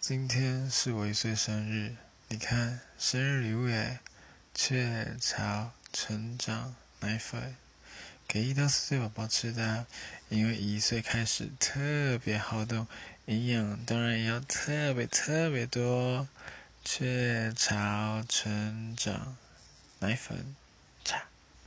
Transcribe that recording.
今天是我1岁生日，你看，生日礼物耶，雀巢成长奶粉，给1到4岁宝宝吃的啊，因为1岁开始特别好动，营养当然也要特别多。雀巢成长奶粉。